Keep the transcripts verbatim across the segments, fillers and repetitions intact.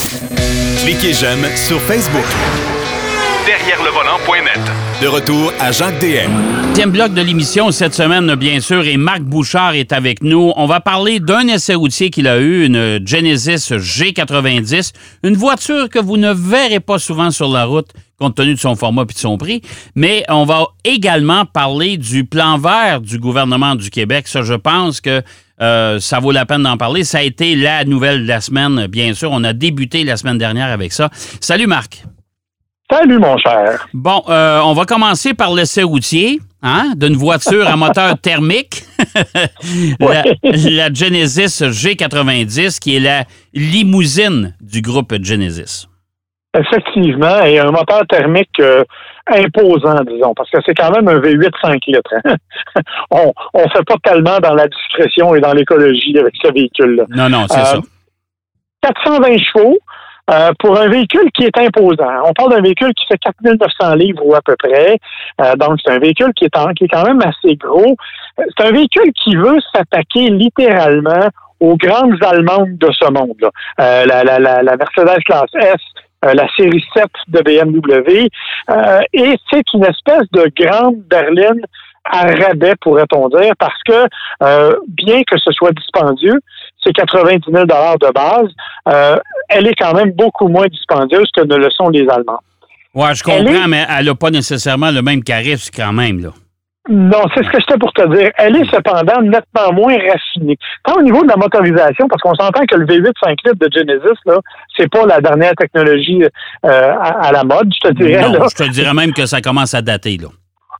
Cliquez j'aime sur Facebook. Derrière le volant point net. De retour à Jacques D M. Deuxième bloc de l'émission cette semaine, bien sûr, et Marc Bouchard est avec nous. On va parler d'un essai routier qu'il a eu, une Genesis G quatre-vingt-dix, une voiture que vous ne verrez pas souvent sur la route, compte tenu de son format et de son prix. Mais on va également parler du plan vert du gouvernement du Québec. Ça, je pense que euh, ça vaut la peine d'en parler. Ça a été la nouvelle de la semaine, bien sûr. On a débuté la semaine dernière avec ça. Salut, Marc. Salut, mon cher. Bon, euh, on va commencer par l'essai routier, hein, d'une voiture à moteur thermique, la, la Genesis G quatre-vingt-dix, qui est la limousine du groupe Genesis. Effectivement, et un moteur thermique euh, imposant, disons, parce que c'est quand même un V huit cinq litres. Hein? on ne fait pas tellement dans la discrétion et dans l'écologie avec ce véhicule-là. Non, non, c'est euh, ça. quatre cent vingt chevaux. Euh, pour un véhicule qui est imposant. On parle d'un véhicule qui fait quatre mille neuf cents livres ou à peu près. Euh, donc, c'est un véhicule qui est, en, qui est quand même assez gros. C'est un véhicule qui veut s'attaquer littéralement aux grandes Allemandes de ce monde-là. Euh, la, la, la, la Mercedes classe S, euh, la série sept de B M W. Euh, et c'est une espèce de grande berline à rabais, pourrait-on dire, parce que euh, bien que ce soit dispendieux, c'est quatre-vingt-dix mille dollars de base, euh, elle est quand même beaucoup moins dispendieuse que ne le sont les Allemands. Oui, je comprends, elle est... mais elle n'a pas nécessairement le même charisme quand même, là. Non, c'est ce que j'étais pour te dire. Elle est cependant nettement moins raffinée. Tant au niveau de la motorisation, parce qu'on s'entend que le V huit cinq litres de Genesis, là, c'est pas la dernière technologie euh, à, à la mode, je te dirais. Non, là. je te dirais même que ça commence à dater, là.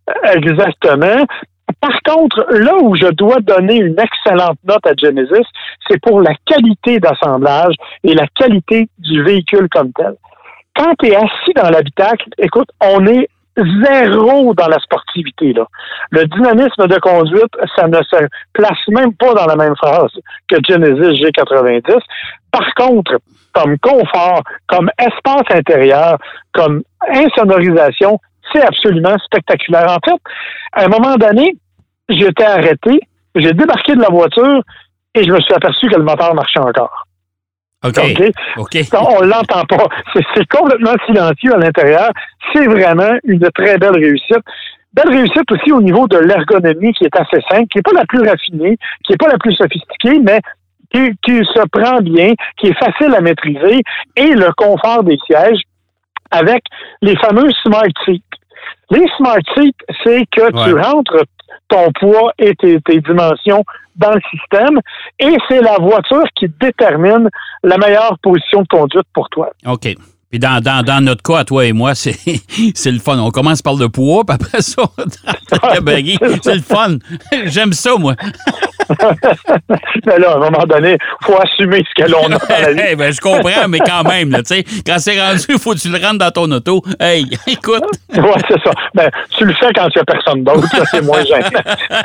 Exactement. Par contre, là où je dois donner une excellente note à Genesis, c'est pour la qualité d'assemblage et la qualité du véhicule comme tel. Quand tu es assis dans l'habitacle, écoute, on est zéro dans la sportivité, là. Le dynamisme de conduite, ça ne se place même pas dans la même phrase que Genesis G quatre-vingt-dix. Par contre, comme confort, comme espace intérieur, comme insonorisation, c'est absolument spectaculaire. En fait, à un moment donné, j'étais arrêté, j'ai débarqué de la voiture et je me suis aperçu que le moteur marchait encore. OK. Okay? Okay. On l'entend pas. C'est, c'est complètement silencieux à l'intérieur. C'est vraiment une très belle réussite. Belle réussite aussi au niveau de l'ergonomie qui est assez simple, qui n'est pas la plus raffinée, qui n'est pas la plus sophistiquée, mais qui, qui se prend bien, qui est facile à maîtriser, et le confort des sièges avec les fameux Smart Seats. Les Smart Seats, c'est que ouais. tu rentres ton poids et tes, tes dimensions dans le système et c'est la voiture qui détermine la meilleure position de conduite pour toi. OK. Puis dans, dans, dans notre cas, à toi et moi, c'est, c'est le fun. On commence par le poids, puis après ça, c'est le fun. J'aime ça, moi. Mais là, à un moment donné, il faut assumer ce que l'on a dans la vie. Hey, ben, je comprends, mais quand même, là, tu sais, quand c'est rendu, il faut que tu le rentres dans ton auto. Hey, écoute. Oui, c'est ça. Ben, tu le fais quand il n'y a personne d'autre, ça, c'est moins gênant.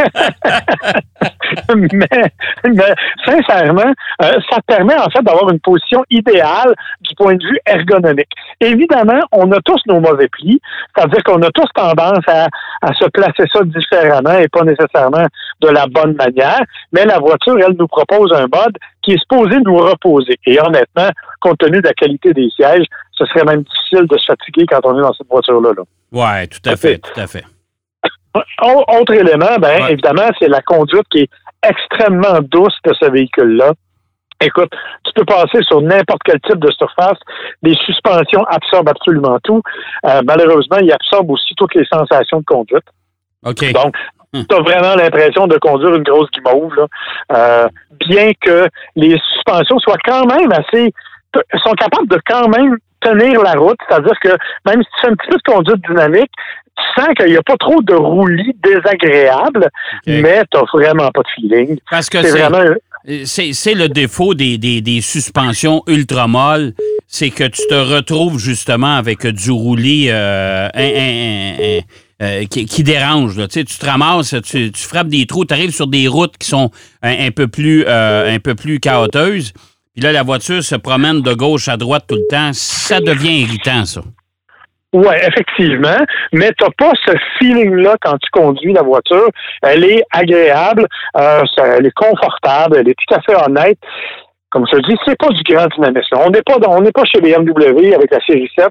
mais, mais, sincèrement, euh, ça te permet, en fait, d'avoir une position idéale du point de vue ergonomique. Évidemment, on a tous nos mauvais plis, c'est-à-dire qu'on a tous tendance à, à se placer ça différemment et pas nécessairement de la bonne manière, mais la voiture, elle nous propose un mode qui est supposé nous reposer. Et honnêtement, compte tenu de la qualité des sièges, ce serait même difficile de se fatiguer quand on est dans cette voiture-là. Là. Oui, tout à fait, tout à fait. Autre élément, ben ouais. évidemment, c'est la conduite qui est extrêmement douce de ce véhicule-là. Écoute, tu peux passer sur n'importe quel type de surface. Les suspensions absorbent absolument tout. Euh, malheureusement, ils absorbent aussi toutes les sensations de conduite. OK. Donc, hum. tu as vraiment l'impression de conduire une grosse guimauve, là. Euh, bien que les suspensions soient quand même assez... sont capables de quand même tenir la route. C'est-à-dire que même si tu fais un petit peu de conduite dynamique, tu sens qu'il n'y a pas trop de roulis désagréables, okay. mais tu n'as vraiment pas de feeling. Parce que c'est, c'est... vraiment... C'est, c'est le défaut des, des, des suspensions ultramolles, c'est que tu te retrouves justement avec du roulis euh, un, un, un, un, qui, qui dérange. Là. Tu sais, tu te ramasses, tu, tu frappes des trous, tu arrives sur des routes qui sont un, un peu plus euh, un peu plus chaoteuses. Puis là, la voiture se promène de gauche à droite tout le temps. Ça devient irritant, ça. Oui, effectivement, mais tu n'as pas ce feeling-là quand tu conduis la voiture. Elle est agréable, euh, ça, elle est confortable, elle est tout à fait honnête. comme je te dis, c'est pas du grand dynamisme. On n'est pas dans, on n'est pas chez B M W avec la série sept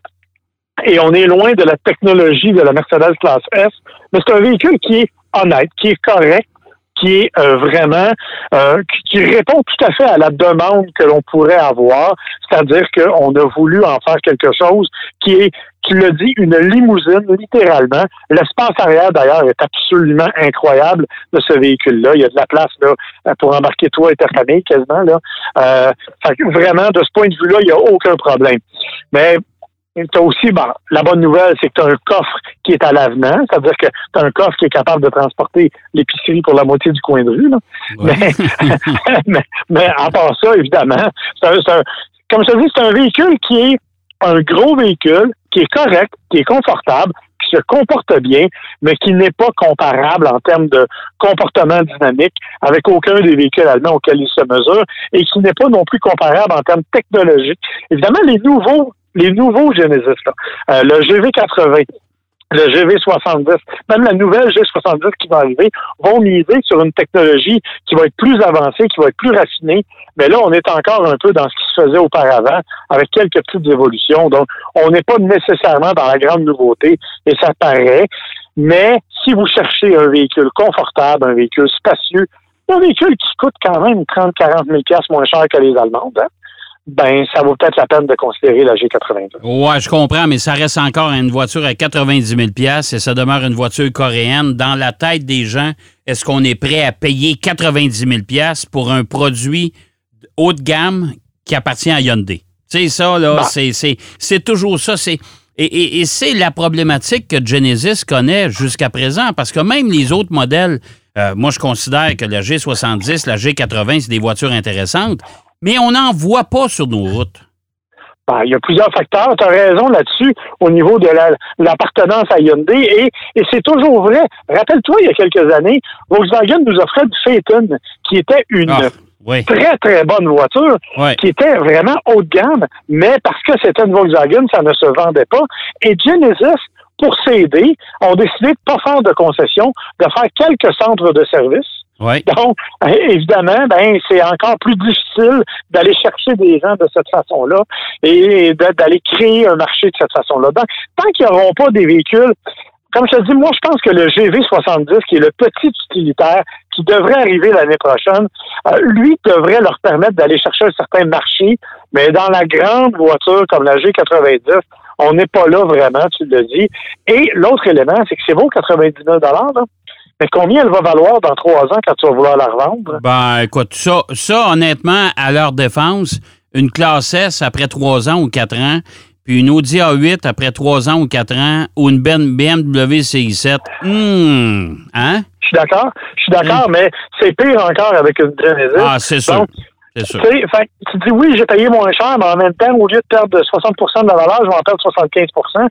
et on est loin de la technologie de la Mercedes classe S, mais c'est un véhicule qui est honnête, qui est correct, qui est euh, vraiment, euh, qui, qui répond tout à fait à la demande que l'on pourrait avoir, c'est-à-dire qu'on a voulu en faire quelque chose qui est, tu l'as dit, une limousine, littéralement. L'espace arrière, d'ailleurs, est absolument incroyable de ce véhicule-là. Il y a de la place là pour embarquer toi et ta famille, quasiment. Là. Euh, fait que vraiment, de ce point de vue-là, il n'y a aucun problème. Mais tu as aussi, bon, la bonne nouvelle, c'est que tu as un coffre qui est à l'avenant, c'est-à-dire que tu as un coffre qui est capable de transporter l'épicerie pour la moitié du coin de rue. Là. Ouais. Mais, mais, mais à part ça, évidemment, c'est un, c'est un, comme je te dis, c'est un véhicule qui est un gros véhicule, qui est correct, qui est confortable, qui se comporte bien, mais qui n'est pas comparable en termes de comportement dynamique avec aucun des véhicules allemands auxquels il se mesure, et qui n'est pas non plus comparable en termes technologiques. Évidemment, les nouveaux Les nouveaux Genesis, là, euh, le G V quatre-vingts, le G V soixante-dix, même la nouvelle G soixante-dix qui va arriver, vont miser sur une technologie qui va être plus avancée, qui va être plus raffinée. Mais là, on est encore un peu dans ce qui se faisait auparavant, avec quelques petites évolutions. Donc, on n'est pas nécessairement dans la grande nouveauté, et ça paraît. Mais si vous cherchez un véhicule confortable, un véhicule spacieux, un véhicule qui coûte quand même trente à quarante mille dollars moins cher que les Allemandes, hein? Ben, ça vaut peut-être la peine de considérer la G quatre-vingt-deux. Ouais, je comprends, mais ça reste encore une voiture à quatre-vingt-dix mille dollars et ça demeure une voiture coréenne. Dans la tête des gens, est-ce qu'on est prêt à payer quatre-vingt-dix mille dollars pour un produit haut de gamme qui appartient à Hyundai? Tu sais, ça, là, bah. c'est, c'est, c'est toujours ça. C'est, et, et, et c'est la problématique que Genesis connaît jusqu'à présent, parce que même les autres modèles, euh, moi, je considère que la G soixante-dix, la G quatre-vingts, c'est des voitures intéressantes, mais on n'en voit pas sur nos routes. Ben, il y a plusieurs facteurs. Tu as raison là-dessus au niveau de la, l'appartenance à Hyundai. Et, et c'est toujours vrai. Rappelle-toi, il y a quelques années, Volkswagen nous offrait du Phaeton, qui était une ah, oui. très, très bonne voiture, oui. qui était vraiment haut de gamme, mais parce que c'était une Volkswagen, ça ne se vendait pas. Et Genesis, pour s'aider, ont décidé de ne pas faire de concessions, de faire quelques centres de service. Oui. Donc, évidemment, ben c'est encore plus difficile d'aller chercher des gens de cette façon-là et d'aller créer un marché de cette façon-là. Donc, tant qu'ils n'auront pas des véhicules, comme je te dis, moi, je pense que le G V soixante-dix, qui est le petit utilitaire qui devrait arriver l'année prochaine, euh, lui devrait leur permettre d'aller chercher un certain marché, mais dans la grande voiture comme la G quatre-vingt-dix, on n'est pas là vraiment, tu le dis. Et l'autre élément, c'est que c'est beau quatre-vingt-dix mille dollars, là. Mais combien elle va valoir dans trois ans quand tu vas vouloir la revendre? Ben, écoute, ça, ça, honnêtement, à leur défense, une classe S après trois ans ou quatre ans, puis une Audi A huit après trois ans ou quatre ans, ou une B M W C I sept, hum, hein? Je suis d'accord, je suis d'accord, hum. mais c'est pire encore avec une Genesis. Ah, c'est sûr. Donc, c'est sûr. Fait, tu dis, oui, j'ai payé moins cher, mais en même temps, au lieu de perdre soixante pour cent de la valeur, je vais en perdre soixante-quinze pour cent.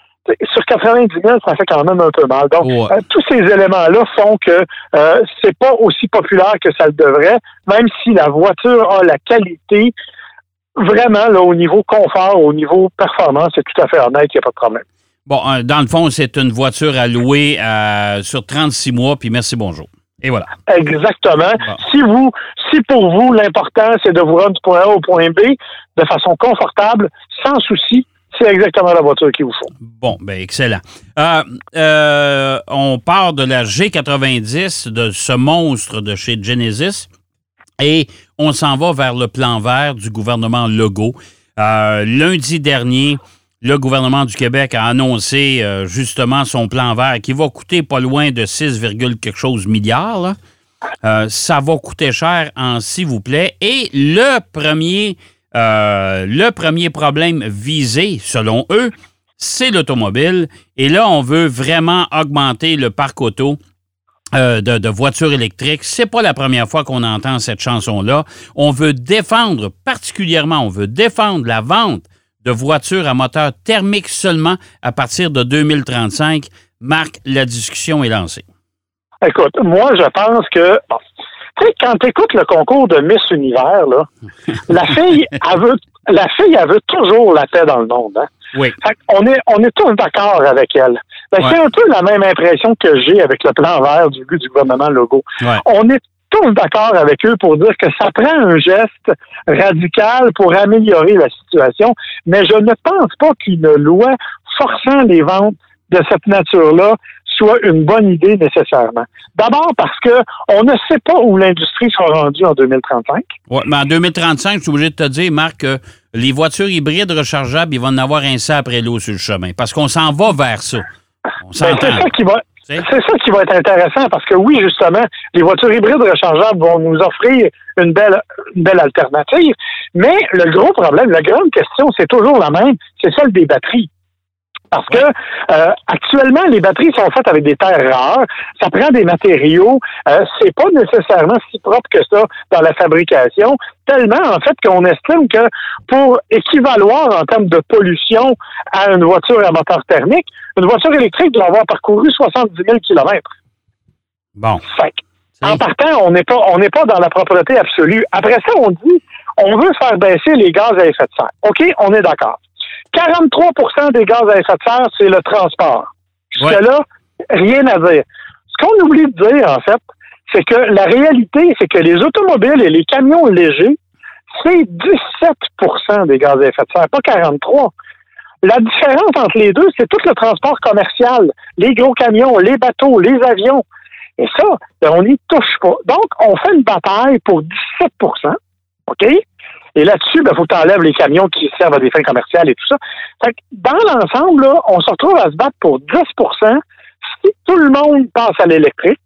Sur quatre-vingt-dix mille, ça fait quand même un peu mal. Donc, ouais. euh, tous ces éléments-là font que euh, c'est pas aussi populaire que ça le devrait, même si la voiture a la qualité, vraiment, là, au niveau confort, au niveau performance, c'est tout à fait honnête, il n'y a pas de problème. Bon, euh, dans le fond, c'est une voiture à louer euh, sur trente-six mois, puis merci, bonjour. Et voilà. Exactement. Bon. Si vous, si pour vous, l'important, c'est de vous rendre du point A au point B de façon confortable, sans souci, c'est exactement la voiture qu'il vous faut. Bon, bien, excellent. Euh, euh, on part de la G quatre-vingt-dix, de ce monstre de chez Genesis, et on s'en va vers le plan vert du gouvernement Legault. Euh, lundi dernier, le gouvernement du Québec a annoncé euh, justement son plan vert qui va coûter pas loin de six, quelque chose milliards. Là. Euh, ça va coûter cher en s'il vous plaît. Et le premier... Euh, le premier problème visé, selon eux, c'est l'automobile. Et là, on veut vraiment augmenter le parc auto euh, de, de voitures électriques. C'est pas la première fois qu'on entend cette chanson-là. On veut défendre, particulièrement, on veut défendre la vente de voitures à moteur thermique seulement à partir de deux mille trente-cinq. Marc, la discussion est lancée. Écoute, moi, je pense que... Bon. Tu sais, quand tu écoutes le concours de Miss Univers, là, la fille, elle veut, la fille, elle veut toujours la paix dans le monde. Hein? Oui. Fait on est, on est tous d'accord avec elle. Ben, ouais. C'est un peu la même impression que j'ai avec le plan vert du, du gouvernement Legault. Ouais. On est tous d'accord avec eux pour dire que ça prend un geste radical pour améliorer la situation, mais je ne pense pas qu'une loi forçant les ventes de cette nature-là soit une bonne idée nécessairement. D'abord parce que on ne sait pas où l'industrie sera rendue en deux mille trente-cinq. Oui, mais en deux mille trente-cinq, je suis obligé de te dire, Marc, que les voitures hybrides rechargeables, ils vont en avoir un ça après l'eau sur le chemin. Parce qu'on s'en va vers ça. On Ben, c'est ça qui va. C'est ça qui va être intéressant parce que oui, justement, les voitures hybrides rechargeables vont nous offrir une belle, une belle alternative. Mais le gros problème, la grande question, c'est toujours la même, c'est celle des batteries. Parce que euh, actuellement, les batteries sont faites avec des terres rares. Ça prend des matériaux. Euh, c'est pas nécessairement si propre que ça dans la fabrication. Tellement, en fait, qu'on estime que pour équivaloir en termes de pollution à une voiture à moteur thermique, une voiture électrique doit avoir parcouru soixante-dix mille kilomètres. Bon. Fait que, en partant, on n'est pas, on n'est pas dans la propreté absolue. Après ça, on dit, on veut faire baisser les gaz à effet de serre. OK, on est d'accord. quarante-trois pour cent des gaz à effet de serre, c'est le transport. Jusque-là, rien à dire. Ce qu'on oublie de dire, en fait, c'est que la réalité, c'est que les automobiles et les camions légers, c'est dix-sept pour cent des gaz à effet de serre, pas quarante-trois. La différence entre les deux, c'est tout le transport commercial, les gros camions, les bateaux, les avions. Et ça, ben, on n'y touche pas. Donc, on fait une bataille pour dix-sept pour cent, OK? Et là-dessus, il ben, faut que tu enlèves les camions qui servent à des fins commerciales et tout ça. Fait que dans l'ensemble, là, on se retrouve à se battre pour dix pour cent si tout le monde passe à l'électrique.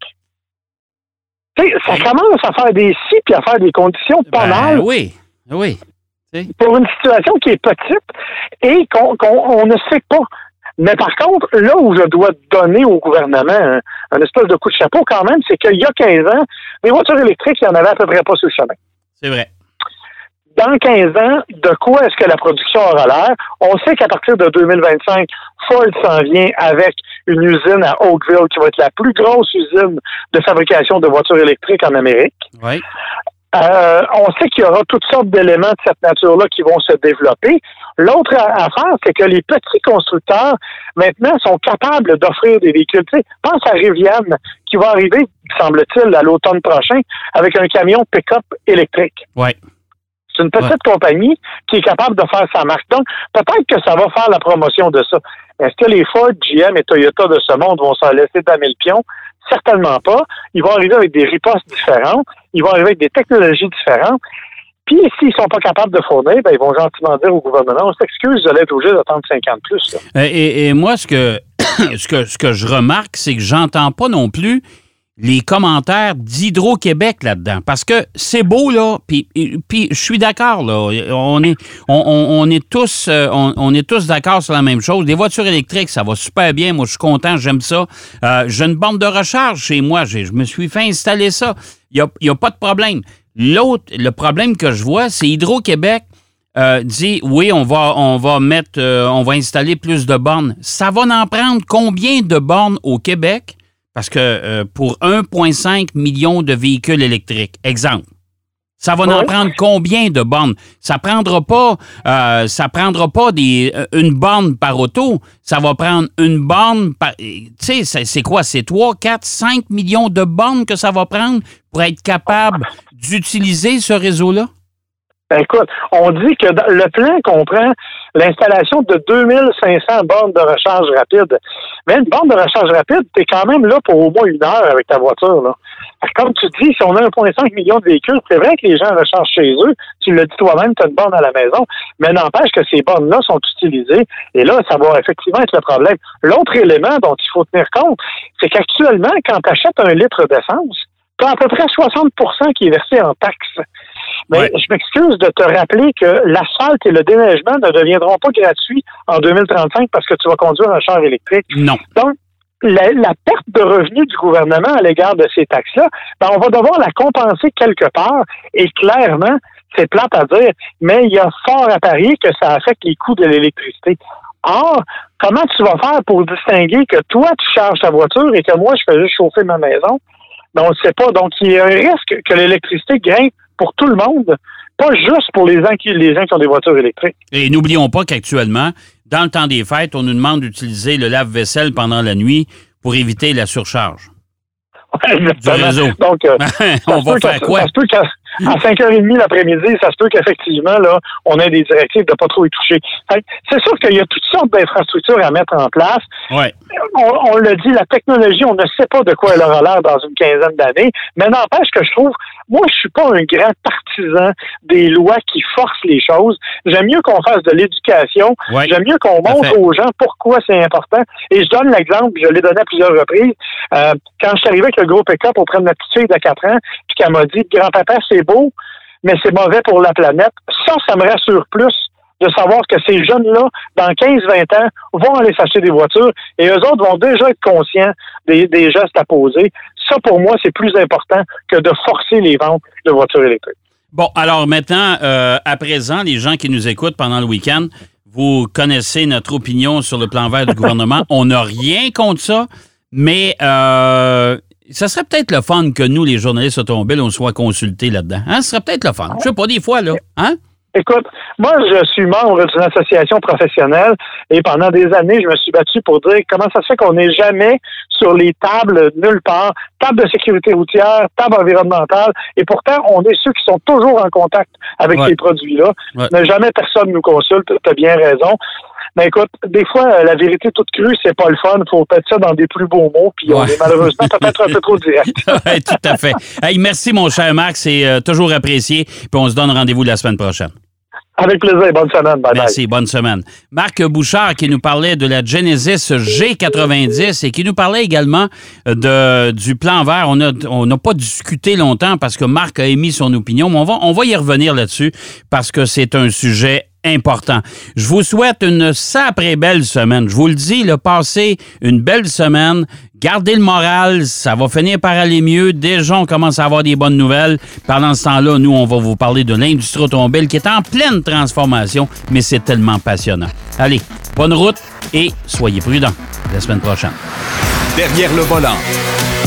T'sais, ça oui. commence à faire des si puis à faire des conditions pas ben, mal. Oui, oui. T'sais. Pour une situation qui est petite et qu'on, qu'on on ne sait pas. Mais par contre, là où je dois donner au gouvernement un, un espèce de coup de chapeau quand même, c'est qu'il y a quinze ans, les voitures électriques, il n'y en avait à peu près pas sur le chemin. C'est vrai. Dans quinze ans, de quoi est-ce que la production aura l'air? On sait qu'à partir de deux mille vingt-cinq, Ford s'en vient avec une usine à Oakville qui va être la plus grosse usine de fabrication de voitures électriques en Amérique. Oui. Euh, on sait qu'il y aura toutes sortes d'éléments de cette nature-là qui vont se développer. L'autre affaire, c'est que les petits constructeurs, maintenant, sont capables d'offrir des véhicules. Tu sais, pense à Rivian, qui va arriver, semble-t-il, à l'automne prochain, avec un camion pick-up électrique. Oui. C'est une petite ouais. compagnie qui est capable de faire sa marque. Donc, peut-être que ça va faire la promotion de ça. Est-ce que les Ford, G M et Toyota de ce monde vont s'en laisser damer le pion? Certainement pas. Ils vont arriver avec des ripostes différentes. Ils vont arriver avec des technologies différentes. Puis, s'ils sont pas capables de fournir, ben, ils vont gentiment dire au gouvernement, on s'excuse, vous allez être obligé d'attendre cinquante plus. Là. Et, et moi, ce que, ce que, ce que je remarque, c'est que j'entends pas non plus les commentaires d'Hydro-Québec là-dedans. Parce que c'est beau, là, puis, puis je suis d'accord, là. On est, on, on, on est tous, on, on est tous d'accord sur la même chose. Les voitures électriques, ça va super bien. Moi, je suis content, j'aime ça. Euh, j'ai une borne de recharge chez moi. J'ai, je me suis fait installer ça. Il n'y a, il y a pas de problème. L'autre, le problème que je vois, c'est Hydro-Québec euh, dit, oui, on va, on va mettre, euh, on va installer plus de bornes. Ça va en prendre combien de bornes au Québec? Parce que euh, pour un virgule cinq million de véhicules électriques, exemple, ça va ouais. en prendre combien de bornes? Ça prendra pas, euh, ça prendra pas des, une borne par auto, ça va prendre une borne par... Tu sais, c'est, c'est quoi? C'est trois, quatre, cinq millions de bornes que ça va prendre pour être capable d'utiliser ce réseau-là? Écoute, on dit que dans le plan comprend l'installation de deux mille cinq cents bornes de recharge rapide. Mais une borne de recharge rapide, t'es quand même là pour au moins une heure avec ta voiture, là. Comme tu dis, si on a un virgule cinq million de véhicules, c'est vrai que les gens rechargent chez eux. Tu l'as dit toi-même, tu as une borne à la maison. Mais n'empêche que ces bornes-là sont utilisées. Et là, ça va effectivement être le problème. L'autre élément dont il faut tenir compte, c'est qu'actuellement, quand tu achètes un litre d'essence, tu as à peu près soixante pour cent qui est versé en taxes. Mais ouais. je m'excuse de te rappeler que l'asphalte et le déneigement ne deviendront pas gratuits en deux mille trente-cinq parce que tu vas conduire un char électrique. Non. Donc, la, la perte de revenus du gouvernement à l'égard de ces taxes-là, ben, on va devoir la compenser quelque part. Et clairement, c'est plate à dire, mais il y a fort à parier que ça affecte les coûts de l'électricité. Or, comment tu vas faire pour distinguer que toi, tu charges ta voiture et que moi, je fais juste chauffer ma maison? Ben, on ne sait pas. Donc, il y a un risque que l'électricité grimpe pour tout le monde, pas juste pour les gens qui, les gens qui ont des voitures électriques. Et n'oublions pas qu'actuellement, dans le temps des fêtes, on nous demande d'utiliser le lave-vaisselle pendant la nuit pour éviter la surcharge. du réseau. Donc, euh, on va faire quoi? Ça se peut qu'à à cinq heures trente l'après-midi, ça se peut qu'effectivement, là, on ait des directives de ne pas trop y toucher. C'est sûr qu'il y a toutes sortes d'infrastructures à mettre en place. Ouais. On, on le dit, la technologie, on ne sait pas de quoi elle aura l'air dans une quinzaine d'années, mais n'empêche que je trouve, moi, je suis pas un grand partisan des lois qui forcent les choses. J'aime mieux qu'on fasse de l'éducation. Ouais. J'aime mieux qu'on montre aux gens pourquoi c'est important. Et je donne l'exemple, je l'ai donné à plusieurs reprises. Euh, quand je suis arrivé avec le gros pick-up auprès de ma petite fille de quatre ans, puis qu'elle m'a dit, grand-papa, c'est beau, mais c'est mauvais pour la planète. Ça, ça me rassure plus de savoir que ces jeunes-là, dans quinze vingt ans, vont aller s'acheter des voitures et eux autres vont déjà être conscients des, des gestes à poser. Ça, pour moi, c'est plus important que de forcer les ventes de voitures électriques. Bon, alors maintenant, euh, à présent, les gens qui nous écoutent pendant le week-end, vous connaissez notre opinion sur le plan vert du gouvernement. On n'a rien contre ça, mais euh, ça serait peut-être le fun que nous, les journalistes automobiles, on soit consultés là-dedans. Hein? Ce serait peut-être le fun. Je sais pas, des fois, là. Hein? Écoute, moi, je suis membre d'une association professionnelle et pendant des années, je me suis battu pour dire comment ça se fait qu'on n'est jamais sur les tables nulle part, table de sécurité routière, table environnementale, et pourtant, on est ceux qui sont toujours en contact avec ouais. ces produits-là. Ouais. Mais jamais personne nous consulte, tu as bien raison. Mais écoute, des fois, la vérité toute crue, c'est pas le fun. Il faut mettre ça dans des plus beaux mots, puis ouais. on est malheureusement peut-être un peu trop direct. Oui, tout à fait. Hey, merci, mon cher Marc. C'est euh, toujours apprécié. Puis on se donne rendez-vous la semaine prochaine. Avec plaisir. Bonne semaine. Bye Merci. Bye. Bonne semaine. Marc Bouchard qui nous parlait de la Genesis G quatre-vingt-dix et qui nous parlait également de, du plan vert. On n'a on a pas discuté longtemps parce que Marc a émis son opinion, mais on va, on va y revenir là-dessus parce que c'est un sujet important. Je vous souhaite une sacrée belle semaine. Je vous le dis, là, passez une belle semaine. Gardez le moral, ça va finir par aller mieux. Déjà, on commence à avoir des bonnes nouvelles. Pendant ce temps-là, nous, on va vous parler de l'industrie automobile qui est en pleine transformation, mais c'est tellement passionnant. Allez, bonne route et soyez prudents. La semaine prochaine. Derrière le volant.